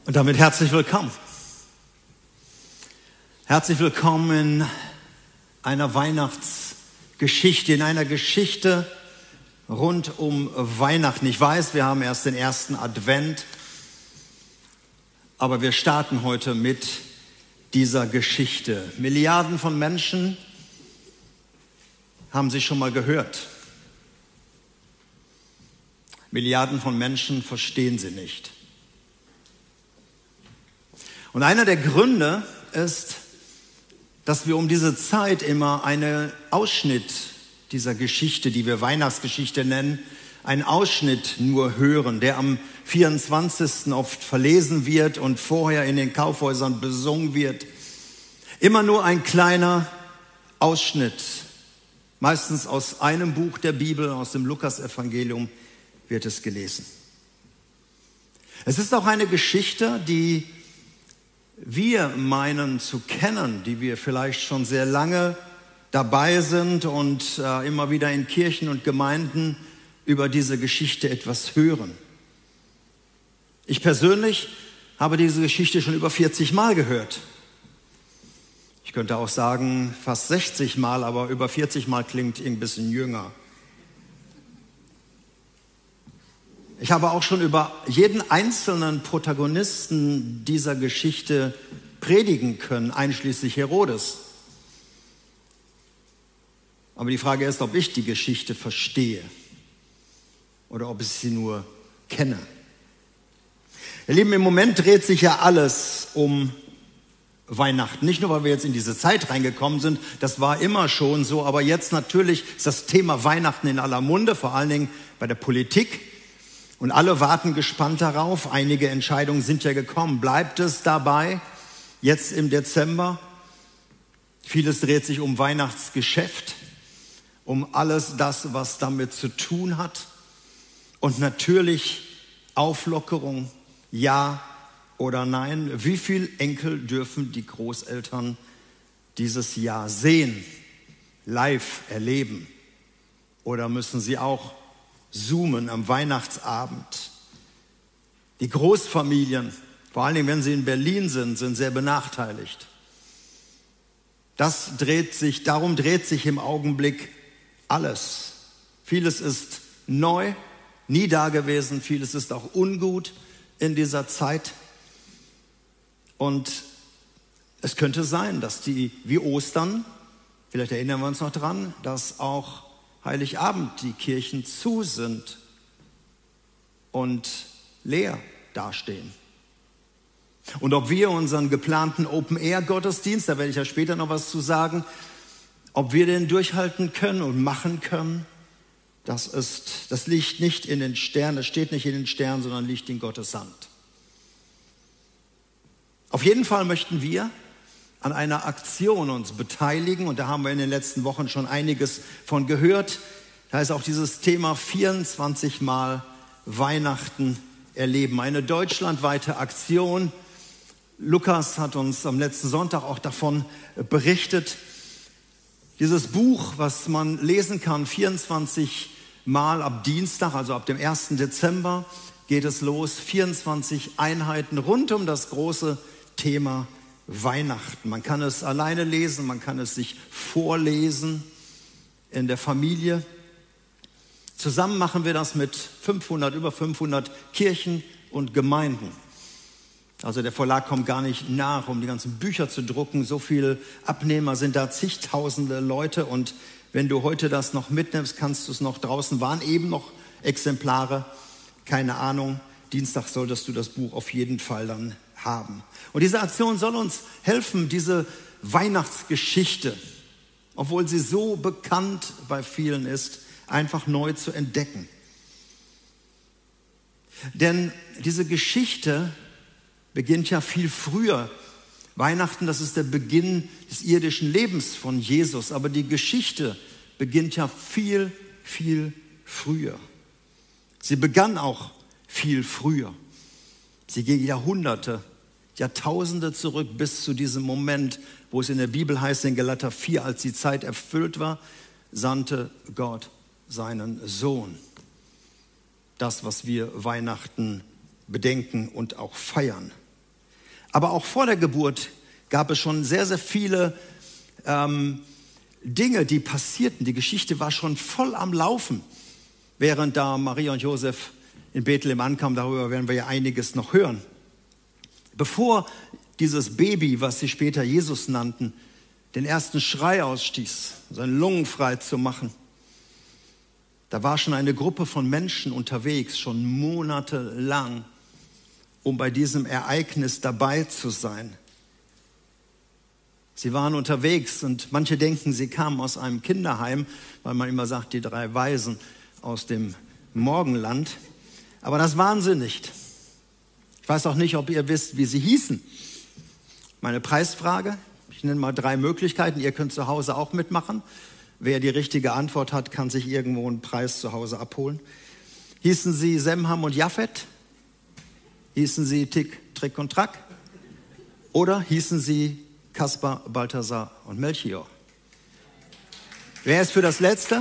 Und damit herzlich willkommen. Herzlich willkommen in einer Weihnachtsgeschichte, in einer Geschichte rund um Weihnachten. Ich weiß, wir haben erst den ersten Advent, aber wir starten heute mit dieser Geschichte. Milliarden von Menschen haben sie schon mal gehört. Milliarden von Menschen verstehen sie nicht. Und einer der Gründe ist, dass wir um diese Zeit immer einen Ausschnitt dieser Geschichte, die wir Weihnachtsgeschichte nennen, einen Ausschnitt nur hören, der am 24. oft verlesen wird und vorher in den Kaufhäusern besungen wird. Immer nur ein kleiner Ausschnitt, meistens aus einem Buch der Bibel, aus dem Lukasevangelium wird es gelesen. Es ist auch eine Geschichte, die wir meinen zu kennen, die wir vielleicht schon sehr lange dabei sind und immer wieder in Kirchen und Gemeinden über diese Geschichte etwas hören. Ich persönlich habe diese Geschichte schon über 40 Mal gehört. Ich könnte auch sagen fast 60 Mal, aber über 40 Mal klingt ein bisschen jünger. Ich habe auch schon über jeden einzelnen Protagonisten dieser Geschichte predigen können, einschließlich Herodes. Aber die Frage ist, ob ich die Geschichte verstehe oder ob ich sie nur kenne. Ihr Lieben, im Moment dreht sich ja alles um Weihnachten. Nicht nur, weil wir jetzt in diese Zeit reingekommen sind, das war immer schon so, aber jetzt natürlich ist das Thema Weihnachten in aller Munde, vor allen Dingen bei der Politik. Und alle warten gespannt darauf. Einige Entscheidungen sind ja gekommen. Bleibt es dabei, jetzt im Dezember? Vieles dreht sich um Weihnachtsgeschäft, um alles das, was damit zu tun hat. Und natürlich Auflockerung, ja oder nein. Wie viele Enkel dürfen die Großeltern dieses Jahr sehen, live erleben? Oder müssen sie auch zoomen am Weihnachtsabend? Die Großfamilien, vor allen Dingen wenn sie in Berlin sind sehr benachteiligt. Darum dreht sich im Augenblick alles. Vieles ist neu, nie dagewesen, vieles ist auch ungut in dieser Zeit. Und es könnte sein, dass wie Ostern, vielleicht erinnern wir uns noch dran, dass auch Heiligabend die Kirchen zu sind und leer dastehen. Und ob wir unseren geplanten Open-Air-Gottesdienst, da werde ich ja später noch was zu sagen, ob wir den durchhalten können und machen können, das liegt nicht in den Sternen, das steht nicht in den Sternen, sondern liegt in Gottes Hand. Auf jeden Fall möchten wir an einer Aktion uns beteiligen und da haben wir in den letzten Wochen schon einiges von gehört. Da ist auch dieses Thema 24 Mal Weihnachten erleben, eine deutschlandweite Aktion. Lukas hat uns am letzten Sonntag auch davon berichtet. Dieses Buch, was man lesen kann, 24 Mal ab Dienstag, also ab dem 1. Dezember geht es los, 24 Einheiten rund um das große Thema Weihnachten. Man kann es alleine lesen, man kann es sich vorlesen in der Familie. Zusammen machen wir das mit über 500 Kirchen und Gemeinden. Also der Verlag kommt gar nicht nach, um die ganzen Bücher zu drucken. So viele Abnehmer sind da, zigtausende Leute. Und wenn du heute das noch mitnimmst, kannst du es noch draußen. Waren eben noch Exemplare, keine Ahnung. Dienstag solltest du das Buch auf jeden Fall dann haben. Und diese Aktion soll uns helfen, diese Weihnachtsgeschichte, obwohl sie so bekannt bei vielen ist, einfach neu zu entdecken. Denn diese Geschichte beginnt ja viel früher. Weihnachten, das ist der Beginn des irdischen Lebens von Jesus, aber die Geschichte beginnt ja viel, viel früher. Sie begann auch viel früher. Sie ging Jahrhunderte, Jahrtausende zurück bis zu diesem Moment, wo es in der Bibel heißt, in Galater 4, als die Zeit erfüllt war, sandte Gott seinen Sohn. Das, was wir Weihnachten bedenken und auch feiern. Aber auch vor der Geburt gab es schon sehr, sehr viele Dinge, die passierten. Die Geschichte war schon voll am Laufen, während da Maria und Josef in Bethlehem ankamen. Darüber werden wir ja einiges noch hören. Bevor dieses Baby, was sie später Jesus nannten, den ersten Schrei ausstieß, seine Lungen frei zu machen, da war schon eine Gruppe von Menschen unterwegs, schon monatelang, um bei diesem Ereignis dabei zu sein. Sie waren unterwegs und manche denken, sie kamen aus einem Kinderheim, weil man immer sagt, die 3 Weisen aus dem Morgenland. Aber das waren sie nicht. Ich weiß auch nicht, ob ihr wisst, wie sie hießen. Meine Preisfrage, ich nenne mal 3 Möglichkeiten, ihr könnt zu Hause auch mitmachen. Wer die richtige Antwort hat, kann sich irgendwo einen Preis zu Hause abholen. Hießen sie Sem, Ham und Japhet? Hießen sie Tick, Trick und Track? Oder hießen sie Kaspar, Balthasar und Melchior? Wer ist für das Letzte?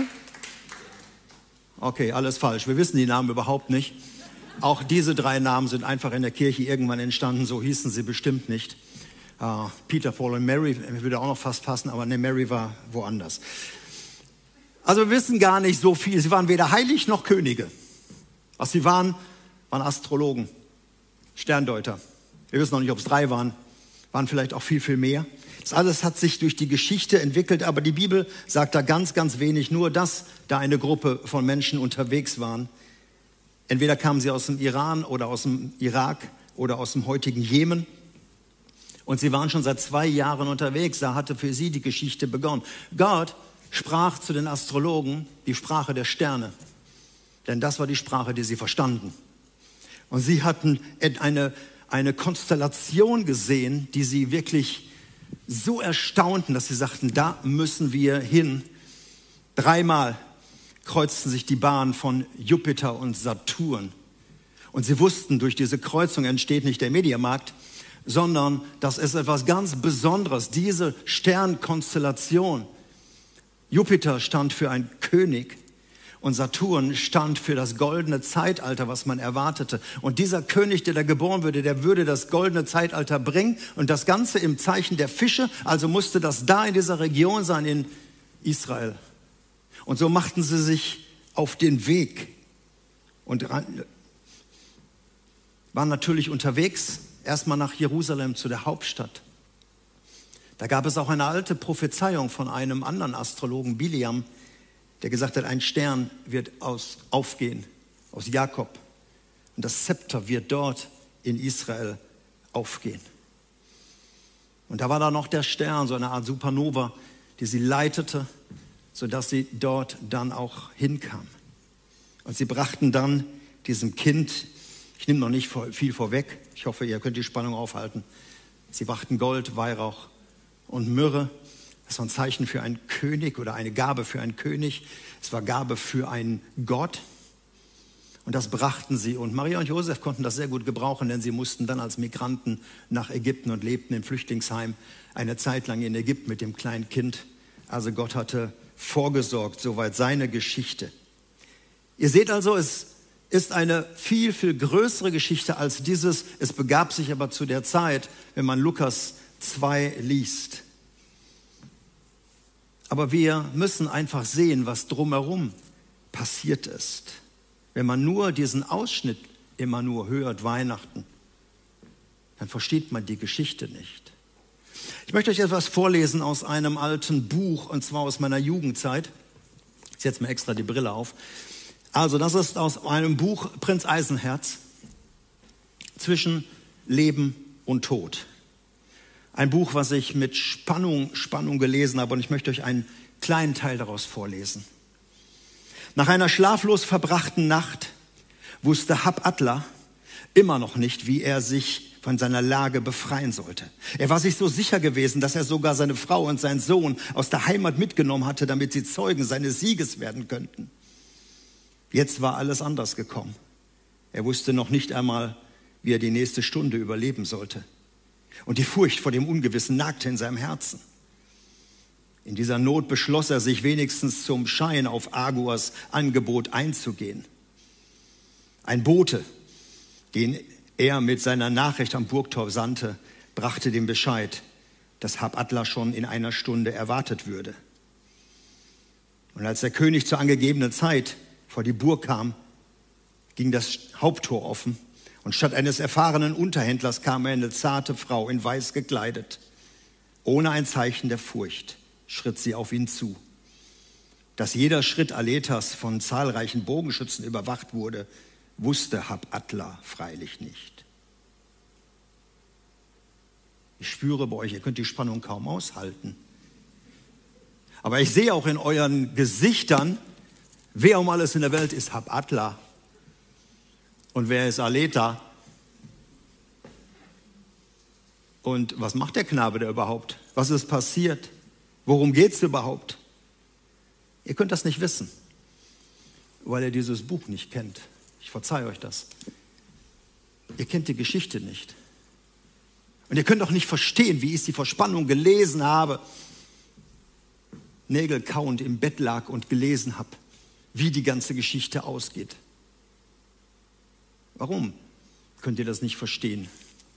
Okay, alles falsch. Wir wissen die Namen überhaupt nicht. Auch diese 3 Namen sind einfach in der Kirche irgendwann entstanden. So hießen sie bestimmt nicht. Peter, Paul und Mary würde auch noch fast passen, aber ne, Mary war woanders. Also wir wissen gar nicht so viel. Sie waren weder heilig noch Könige. Was sie waren Astrologen, Sterndeuter. Wir wissen noch nicht, ob es 3 waren vielleicht auch viel, viel mehr. Das alles hat sich durch die Geschichte entwickelt, aber die Bibel sagt da ganz, ganz wenig, nur dass da eine Gruppe von Menschen unterwegs waren. Entweder kamen sie aus dem Iran oder aus dem Irak oder aus dem heutigen Jemen. Und sie waren schon seit 2 Jahren unterwegs, da hatte für sie die Geschichte begonnen. Gott sprach zu den Astrologen die Sprache der Sterne, denn das war die Sprache, die sie verstanden. Und sie hatten eine Konstellation gesehen, die sie wirklich so erstaunten, dass sie sagten, da müssen wir hin. 3-mal kreuzten sich die Bahnen von Jupiter und Saturn. Und sie wussten, durch diese Kreuzung entsteht nicht der Mediamarkt, sondern das ist etwas ganz Besonderes, diese Sternkonstellation. Jupiter stand für einen König und Saturn stand für das goldene Zeitalter, was man erwartete. Und dieser König, der da geboren würde, der würde das goldene Zeitalter bringen und das Ganze im Zeichen der Fische, also musste das da in dieser Region sein, in Israel. Und so machten sie sich auf den Weg und waren natürlich unterwegs, erstmal nach Jerusalem zu der Hauptstadt. Da gab es auch eine alte Prophezeiung von einem anderen Astrologen, Biliam, der gesagt hat, ein Stern wird aufgehen aus Jakob und das Zepter wird dort in Israel aufgehen. Und da war da noch der Stern, so eine Art Supernova, die sie leitete, sodass sie dort dann auch hinkam. Und sie brachten dann diesem Kind, ich nehme noch nicht viel vorweg, ich hoffe, ihr könnt die Spannung aufhalten, sie brachten Gold, Weihrauch und Myrrhe. Das war ein Zeichen für einen König oder eine Gabe für einen König. Es war Gabe für einen Gott. Und das brachten sie. Und Maria und Josef konnten das sehr gut gebrauchen, denn sie mussten dann als Migranten nach Ägypten und lebten im Flüchtlingsheim eine Zeit lang in Ägypten mit dem kleinen Kind. Also Gott hatte vorgesorgt, soweit seine Geschichte. Ihr seht also, es ist eine viel, viel größere Geschichte als dieses. Es begab sich aber zu der Zeit, wenn man Lukas 2 liest. Aber wir müssen einfach sehen, was drumherum passiert ist. Wenn man nur diesen Ausschnitt immer nur hört, Weihnachten, dann versteht man die Geschichte nicht. Ich möchte euch etwas vorlesen aus einem alten Buch, und zwar aus meiner Jugendzeit. Ich setze mir extra die Brille auf. Also das ist aus einem Buch Prinz Eisenherz, Zwischen Leben und Tod. Ein Buch, was ich mit Spannung gelesen habe, und ich möchte euch einen kleinen Teil daraus vorlesen. Nach einer schlaflos verbrachten Nacht wusste Hab Adler immer noch nicht, wie er sich von seiner Lage befreien sollte. Er war sich so sicher gewesen, dass er sogar seine Frau und seinen Sohn aus der Heimat mitgenommen hatte, damit sie Zeugen seines Sieges werden könnten. Jetzt war alles anders gekommen. Er wusste noch nicht einmal, wie er die nächste Stunde überleben sollte. Und die Furcht vor dem Ungewissen nagte in seinem Herzen. In dieser Not beschloss er, sich wenigstens zum Schein auf Aguas Angebot einzugehen. Ein Bote, den er mit seiner Nachricht am Burgtor sandte, brachte den Bescheid, dass Hab-Adla schon in einer Stunde erwartet würde. Und als der König zur angegebenen Zeit vor die Burg kam, ging das Haupttor offen. Und statt eines erfahrenen Unterhändlers kam eine zarte Frau in weiß gekleidet. Ohne ein Zeichen der Furcht schritt sie auf ihn zu. Dass jeder Schritt Aletas von zahlreichen Bogenschützen überwacht wurde, wusste Hab-Adla freilich nicht. Ich spüre bei euch, ihr könnt die Spannung kaum aushalten. Aber ich sehe auch in euren Gesichtern, wer um alles in der Welt ist Hab-Adla und wer ist Aleta. Und was macht der Knabe da überhaupt? Was ist passiert? Worum geht es überhaupt? Ihr könnt das nicht wissen, weil ihr dieses Buch nicht kennt. Ich verzeihe euch das. Ihr kennt die Geschichte nicht. Und ihr könnt auch nicht verstehen, wie ich sie vor Spannung gelesen habe, Nägel kauend im Bett lag und gelesen habe, wie die ganze Geschichte ausgeht. Warum könnt ihr das nicht verstehen?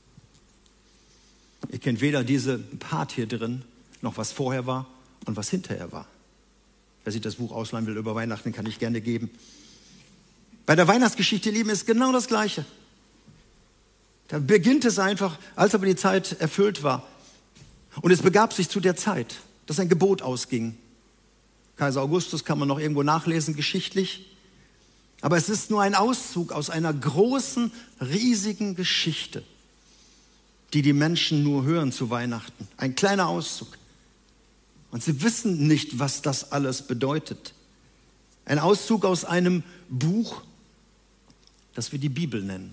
Ihr kennt weder diese Part hier drin, noch was vorher war und was hinterher war. Wer sich das Buch ausleihen will über Weihnachten, kann ich gerne geben. Bei der Weihnachtsgeschichte, Lieben, ist genau das Gleiche. Da beginnt es einfach, als aber die Zeit erfüllt war. Und es begab sich zu der Zeit, dass ein Gebot ausging. Kaiser Augustus kann man noch irgendwo nachlesen, geschichtlich. Aber es ist nur ein Auszug aus einer großen, riesigen Geschichte, die die Menschen nur hören zu Weihnachten. Ein kleiner Auszug. Und sie wissen nicht, was das alles bedeutet. Ein Auszug aus einem Buch, das wir die Bibel nennen.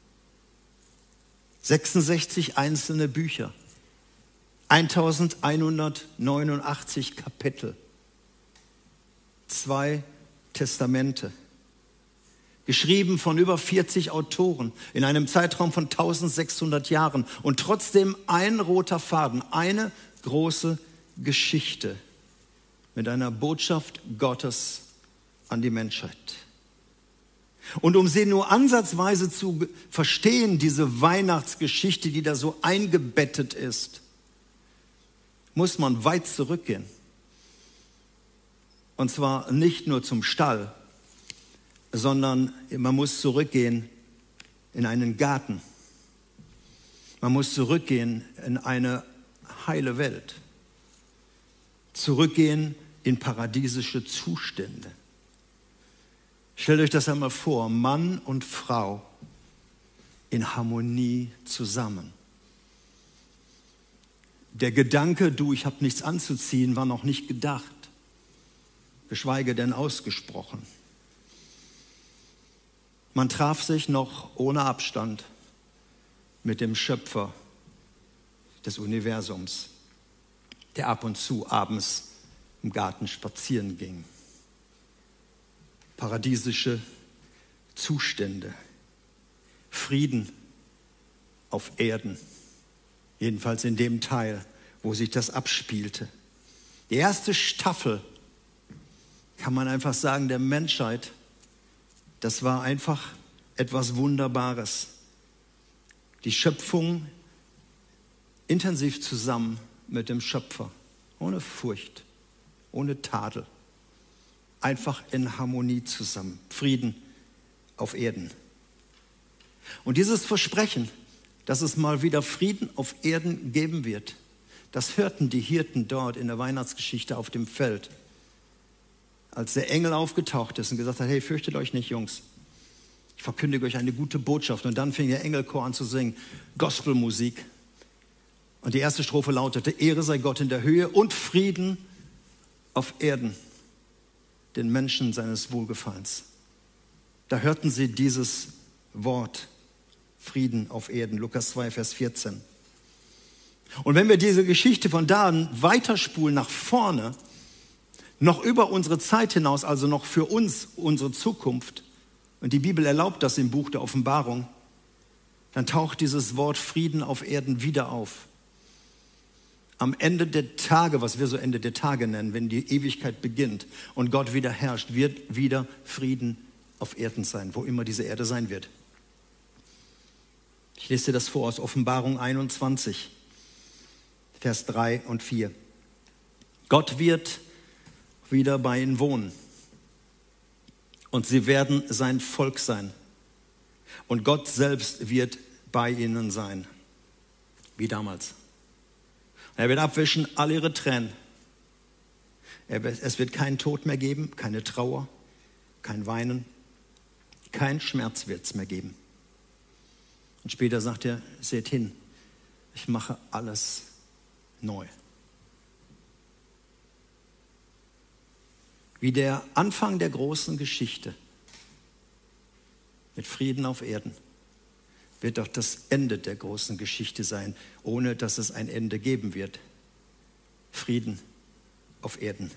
66 einzelne Bücher, 1189 Kapitel, 2 Testamente, geschrieben von über 40 Autoren in einem Zeitraum von 1600 Jahren und trotzdem ein roter Faden, eine große Geschichte mit einer Botschaft Gottes an die Menschheit. Und um sie nur ansatzweise zu verstehen, diese Weihnachtsgeschichte, die da so eingebettet ist, muss man weit zurückgehen. Und zwar nicht nur zum Stall, sondern man muss zurückgehen in einen Garten. Man muss zurückgehen in eine heile Welt. Zurückgehen in paradiesische Zustände. Stellt euch das einmal vor, Mann und Frau in Harmonie zusammen. Der Gedanke, ich habe nichts anzuziehen, war noch nicht gedacht, geschweige denn ausgesprochen. Man traf sich noch ohne Abstand mit dem Schöpfer des Universums, der ab und zu abends im Garten spazieren ging. Paradiesische Zustände, Frieden auf Erden, jedenfalls in dem Teil, wo sich das abspielte. Die erste Staffel, kann man einfach sagen, der Menschheit, das war einfach etwas Wunderbares. Die Schöpfung intensiv zusammen mit dem Schöpfer, ohne Furcht, ohne Tadel. Einfach in Harmonie zusammen. Frieden auf Erden. Und dieses Versprechen, dass es mal wieder Frieden auf Erden geben wird, das hörten die Hirten dort in der Weihnachtsgeschichte auf dem Feld. Als der Engel aufgetaucht ist und gesagt hat, hey, fürchtet euch nicht, Jungs. Ich verkündige euch eine gute Botschaft. Und dann fing der Engelchor an zu singen, Gospelmusik. Und die erste Strophe lautete, Ehre sei Gott in der Höhe und Frieden auf Erden, den Menschen seines Wohlgefallens. Da hörten sie dieses Wort, Frieden auf Erden, Lukas 2, Vers 14. Und wenn wir diese Geschichte von da an weiterspulen nach vorne, noch über unsere Zeit hinaus, also noch für uns, unsere Zukunft, und die Bibel erlaubt das im Buch der Offenbarung, dann taucht dieses Wort Frieden auf Erden wieder auf. Am Ende der Tage, was wir so Ende der Tage nennen, wenn die Ewigkeit beginnt und Gott wieder herrscht, wird wieder Frieden auf Erden sein, wo immer diese Erde sein wird. Ich lese dir das vor aus Offenbarung 21, Vers 3 und 4. Gott wird wieder bei ihnen wohnen und sie werden sein Volk sein. Und Gott selbst wird bei ihnen sein, wie damals. Er wird abwischen all ihre Tränen. Es wird keinen Tod mehr geben, keine Trauer, kein Weinen, kein Schmerz wird es mehr geben. Und später sagt er, seht hin, ich mache alles neu. Wie der Anfang der großen Geschichte mit Frieden auf Erden wird auch das Ende der großen Geschichte sein, ohne dass es ein Ende geben wird. Frieden auf Erden.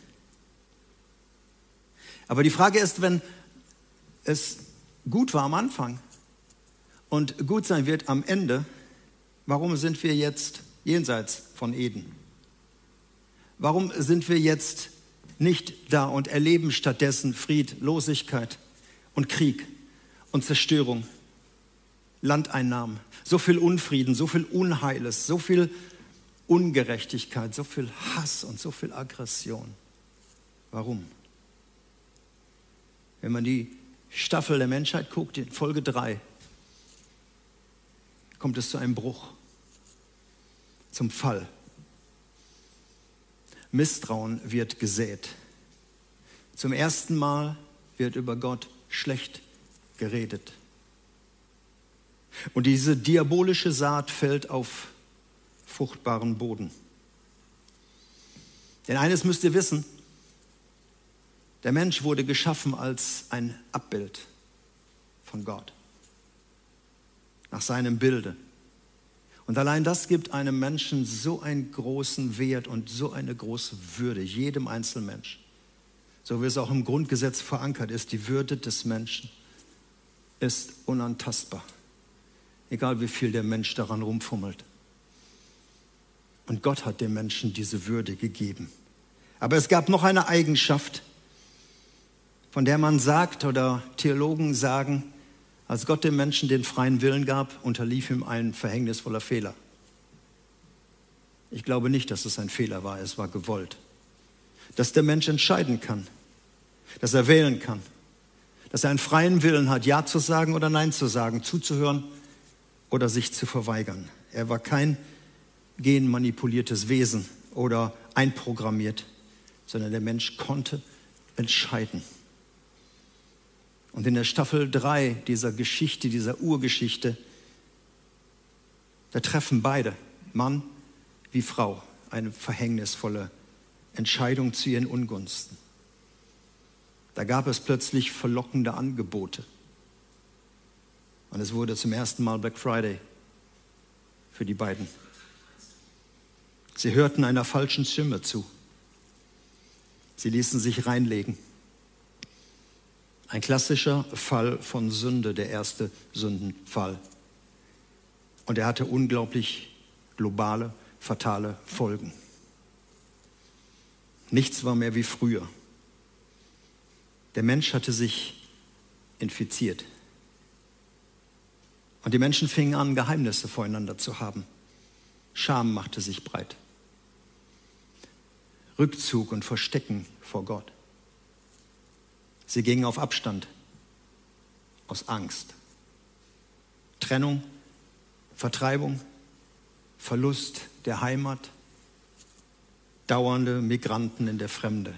Aber die Frage ist, wenn es gut war am Anfang und gut sein wird am Ende, warum sind wir jetzt jenseits von Eden? Warum sind wir jetzt nicht da und erleben stattdessen Friedlosigkeit und Krieg und Zerstörung, Landeinnahmen, so viel Unfrieden, so viel Unheiles, so viel Ungerechtigkeit, so viel Hass und so viel Aggression? Warum? Wenn man die Staffel der Menschheit guckt, in Folge 3, kommt es zu einem Bruch, zum Fall. Misstrauen wird gesät. Zum ersten Mal wird über Gott schlecht geredet. Und diese diabolische Saat fällt auf fruchtbaren Boden. Denn eines müsst ihr wissen, der Mensch wurde geschaffen als ein Abbild von Gott, nach seinem Bilde. Und allein das gibt einem Menschen so einen großen Wert und so eine große Würde, jedem einzelnen Mensch. So wie es auch im Grundgesetz verankert ist, die Würde des Menschen ist unantastbar, egal wie viel der Mensch daran rumfummelt. Und Gott hat dem Menschen diese Würde gegeben. Aber es gab noch eine Eigenschaft, von der man sagt oder Theologen sagen, als Gott dem Menschen den freien Willen gab, unterlief ihm ein verhängnisvoller Fehler. Ich glaube nicht, dass es ein Fehler war, es war gewollt. Dass der Mensch entscheiden kann, dass er wählen kann, dass er einen freien Willen hat, Ja zu sagen oder Nein zu sagen, zuzuhören oder sich zu verweigern. Er war kein genmanipuliertes Wesen oder einprogrammiert, sondern der Mensch konnte entscheiden. Und in der Staffel 3 dieser Geschichte, dieser Urgeschichte, da treffen beide, Mann wie Frau, eine verhängnisvolle Entscheidung zu ihren Ungunsten. Da gab es plötzlich verlockende Angebote. Und es wurde zum ersten Mal Black Friday für die beiden. Sie hörten einer falschen Stimme zu. Sie ließen sich reinlegen. Ein klassischer Fall von Sünde, der erste Sündenfall. Und er hatte unglaublich globale, fatale Folgen. Nichts war mehr wie früher. Der Mensch hatte sich infiziert. Und die Menschen fingen an, Geheimnisse voreinander zu haben. Scham machte sich breit. Rückzug und Verstecken vor Gott. Sie gingen auf Abstand, aus Angst. Trennung, Vertreibung, Verlust der Heimat, dauernde Migranten in der Fremde.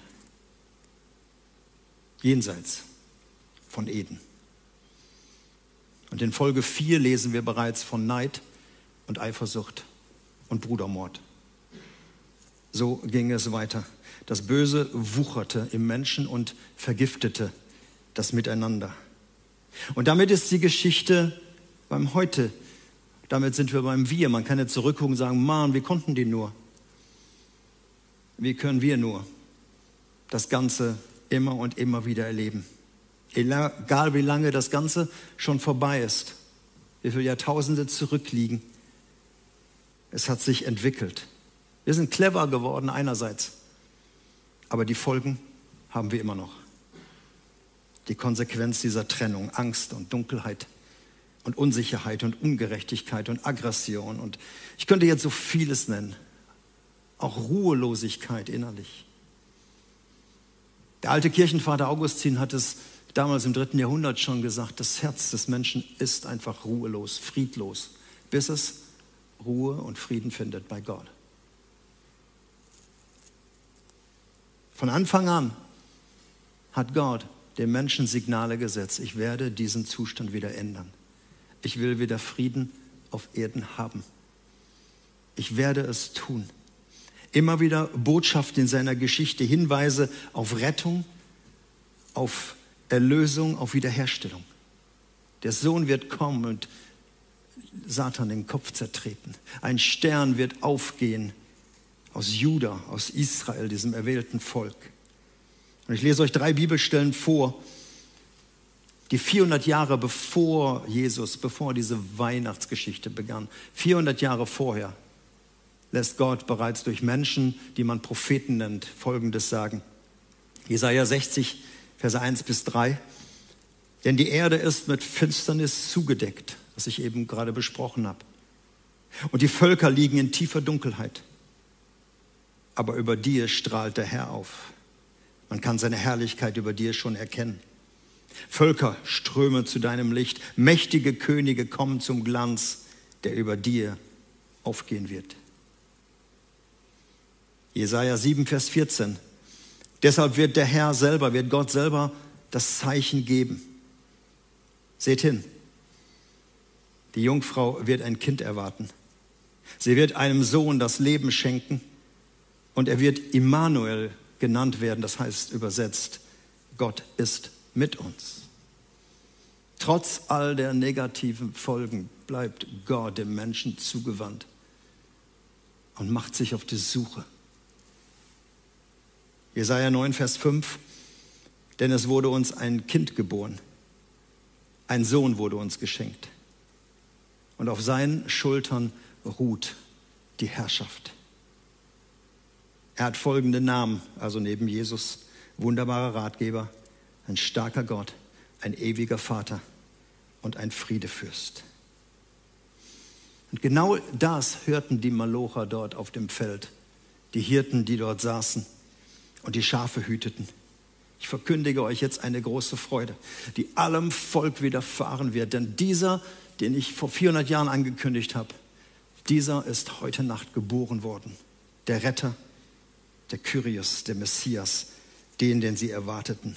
Jenseits von Eden. Und in Folge 4 lesen wir bereits von Neid und Eifersucht und Brudermord. So ging es weiter. Das Böse wucherte im Menschen und vergiftete das Miteinander. Und damit ist die Geschichte beim Heute. Damit sind wir beim Wir. Man kann jetzt zurückgucken und sagen, Mann, wie konnten die nur? Wie können wir nur das Ganze immer und immer wieder erleben? Egal wie lange das Ganze schon vorbei ist, wie viele Jahrtausende zurückliegen, es hat sich entwickelt. Wir sind clever geworden einerseits, aber die Folgen haben wir immer noch. Die Konsequenz dieser Trennung, Angst und Dunkelheit und Unsicherheit und Ungerechtigkeit und Aggression. Und ich könnte jetzt so vieles nennen. Auch Ruhelosigkeit innerlich. Der alte Kirchenvater Augustin hat es damals im 3. Jahrhundert schon gesagt, das Herz des Menschen ist einfach ruhelos, friedlos, bis es Ruhe und Frieden findet bei Gott. Von Anfang an hat Gott dem Menschen Signale gesetzt, ich werde diesen Zustand wieder ändern. Ich will wieder Frieden auf Erden haben. Ich werde es tun. Immer wieder Botschaft in seiner Geschichte, Hinweise auf Rettung, auf Erlösung, auf Wiederherstellung. Der Sohn wird kommen und Satan den Kopf zertreten. Ein Stern wird aufgehen aus Juda, aus Israel, diesem erwählten Volk. Und ich lese euch 3 Bibelstellen vor, die 400 Jahre bevor diese Weihnachtsgeschichte begann, 400 Jahre vorher, lässt Gott bereits durch Menschen, die man Propheten nennt, Folgendes sagen. Jesaja 60, Verse 1-3. Denn die Erde ist mit Finsternis zugedeckt, was ich eben gerade besprochen habe. Und die Völker liegen in tiefer Dunkelheit. Aber über dir strahlt der Herr auf. Man kann seine Herrlichkeit über dir schon erkennen. Völker strömen zu deinem Licht. Mächtige Könige kommen zum Glanz, der über dir aufgehen wird. Jesaja 7, Vers 14. Deshalb wird Gott selber das Zeichen geben. Seht hin, die Jungfrau wird ein Kind erwarten. Sie wird einem Sohn das Leben schenken und er wird Immanuel genannt werden, das heißt übersetzt, Gott ist mit uns. Trotz all der negativen Folgen bleibt Gott dem Menschen zugewandt und macht sich auf die Suche. Jesaja 9, Vers 5, denn es wurde uns ein Kind geboren, ein Sohn wurde uns geschenkt und auf seinen Schultern ruht die Herrschaft. Er hat folgende Namen, also neben Jesus, wunderbarer Ratgeber, ein starker Gott, ein ewiger Vater und ein Friedefürst. Und genau das hörten die Malocher dort auf dem Feld, die Hirten, die dort saßen und die Schafe hüteten. Ich verkündige euch jetzt eine große Freude, die allem Volk widerfahren wird. Denn dieser, den ich vor 400 Jahren angekündigt habe, dieser ist heute Nacht geboren worden. Der Retter, der Kyrios, der Messias, den sie erwarteten.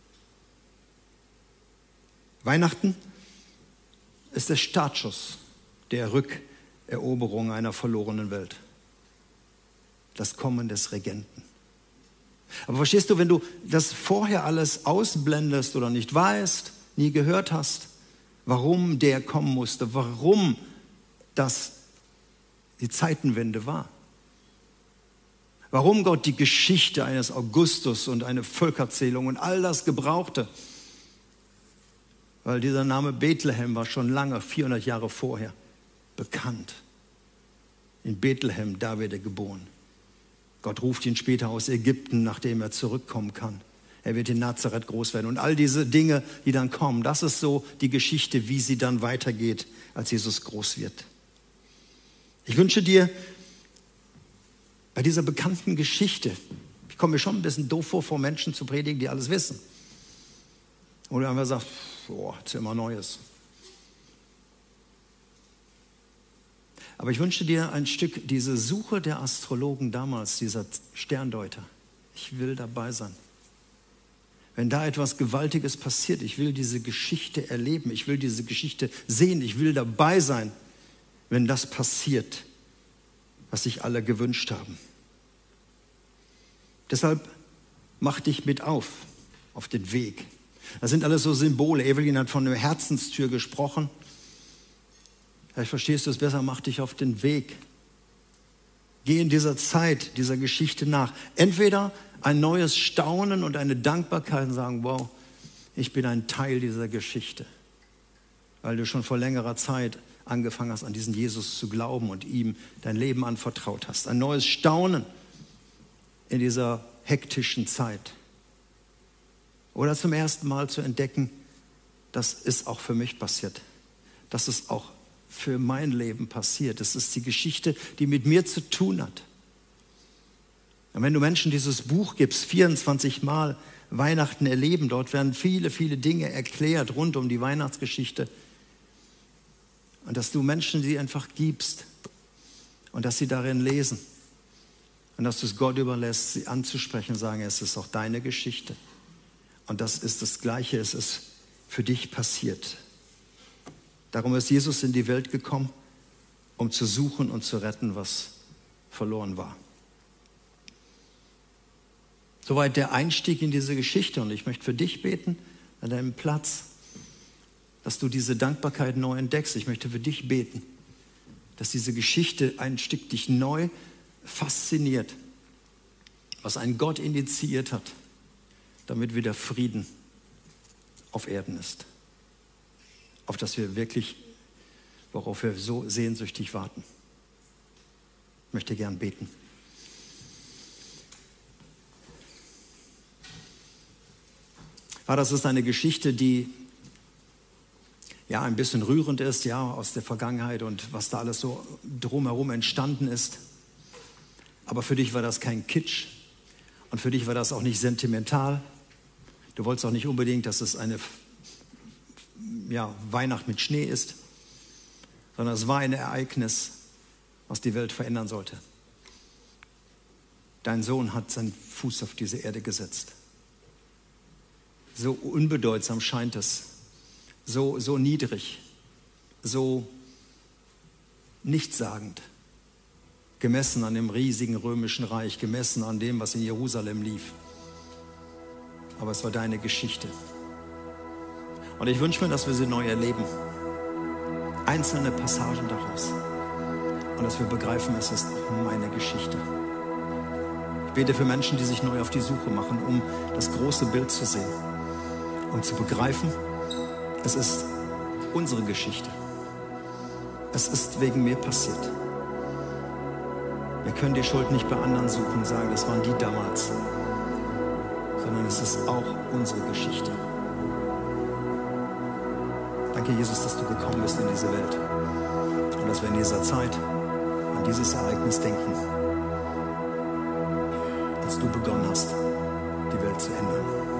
Weihnachten ist der Startschuss der Rückeroberung einer verlorenen Welt. Das Kommen des Regenten. Aber verstehst du, wenn du das vorher alles ausblendest oder nicht weißt, nie gehört hast, warum der kommen musste, warum das die Zeitenwende war, warum Gott die Geschichte eines Augustus und eine Völkerzählung und all das gebrauchte, weil dieser Name Bethlehem war schon lange, 400 Jahre vorher, bekannt. In Bethlehem, da wird er geboren. Gott ruft ihn später aus Ägypten, nachdem er zurückkommen kann. Er wird in Nazareth groß werden. Und all diese Dinge, die dann kommen, das ist so die Geschichte, wie sie dann weitergeht, als Jesus groß wird. Ich wünsche dir bei dieser bekannten Geschichte, ich komme mir schon ein bisschen doof vor Menschen zu predigen, die alles wissen. Oder einfach sagt, jetzt immer Neues. Aber ich wünsche dir ein Stück, diese Suche der Astrologen damals, dieser Sterndeuter. Ich will dabei sein. Wenn da etwas Gewaltiges passiert, ich will diese Geschichte erleben, ich will diese Geschichte sehen, ich will dabei sein, wenn das passiert, was sich alle gewünscht haben. Deshalb mach dich mit auf den Weg. Das sind alles so Symbole. Evelyn hat von einer Herzenstür gesprochen. Vielleicht verstehst du es besser, mach dich auf den Weg. Geh in dieser Zeit, dieser Geschichte nach. Entweder ein neues Staunen und eine Dankbarkeit und sagen, wow, ich bin ein Teil dieser Geschichte. Weil du schon vor längerer Zeit angefangen hast, an diesen Jesus zu glauben und ihm dein Leben anvertraut hast. Ein neues Staunen in dieser hektischen Zeit. Oder zum ersten Mal zu entdecken, das ist auch für mich passiert. dass es auch für mein Leben passiert. Es ist die Geschichte, die mit mir zu tun hat. Und wenn du Menschen dieses Buch gibst, 24 Mal Weihnachten erleben, dort werden viele, viele Dinge erklärt rund um die Weihnachtsgeschichte. Und dass du Menschen sie einfach gibst und dass sie darin lesen. Und dass du es Gott überlässt, sie anzusprechen und sagen, es ist auch deine Geschichte. Und das ist das Gleiche, es ist für dich passiert. Darum ist Jesus in die Welt gekommen, um zu suchen und zu retten, was verloren war. Soweit der Einstieg in diese Geschichte. Und ich möchte für dich beten, an deinem Platz, dass du diese Dankbarkeit neu entdeckst. Ich möchte für dich beten, dass diese Geschichte ein Stück dich neu fasziniert, was ein Gott initiiert hat, damit wieder Frieden auf Erden ist. Auf das wir wirklich, worauf wir so sehnsüchtig warten. Ich möchte gern beten. Vater, das ist eine Geschichte, die ja ein bisschen rührend ist, ja, aus der Vergangenheit und was da alles so drumherum entstanden ist. Aber für dich war das kein Kitsch und für dich war das auch nicht sentimental. Du wolltest auch nicht unbedingt, dass es eine Weihnacht mit Schnee ist, sondern es war ein Ereignis, was die Welt verändern sollte. Dein Sohn hat seinen Fuß auf diese Erde gesetzt. So unbedeutsam scheint es, so niedrig, so nichtssagend, gemessen an dem riesigen römischen Reich, gemessen an dem, was in Jerusalem lief. Aber es war deine Geschichte. Und ich wünsche mir, dass wir sie neu erleben. Einzelne Passagen daraus. Und dass wir begreifen, es ist auch meine Geschichte. Ich bete für Menschen, die sich neu auf die Suche machen, um das große Bild zu sehen. Um zu begreifen, es ist unsere Geschichte. Es ist wegen mir passiert. Wir können die Schuld nicht bei anderen suchen und sagen, das waren die damals. Sondern es ist auch unsere Geschichte. Danke, Jesus, dass du gekommen bist in diese Welt. Und dass wir in dieser Zeit an dieses Ereignis denken. Als du begonnen hast, die Welt zu ändern.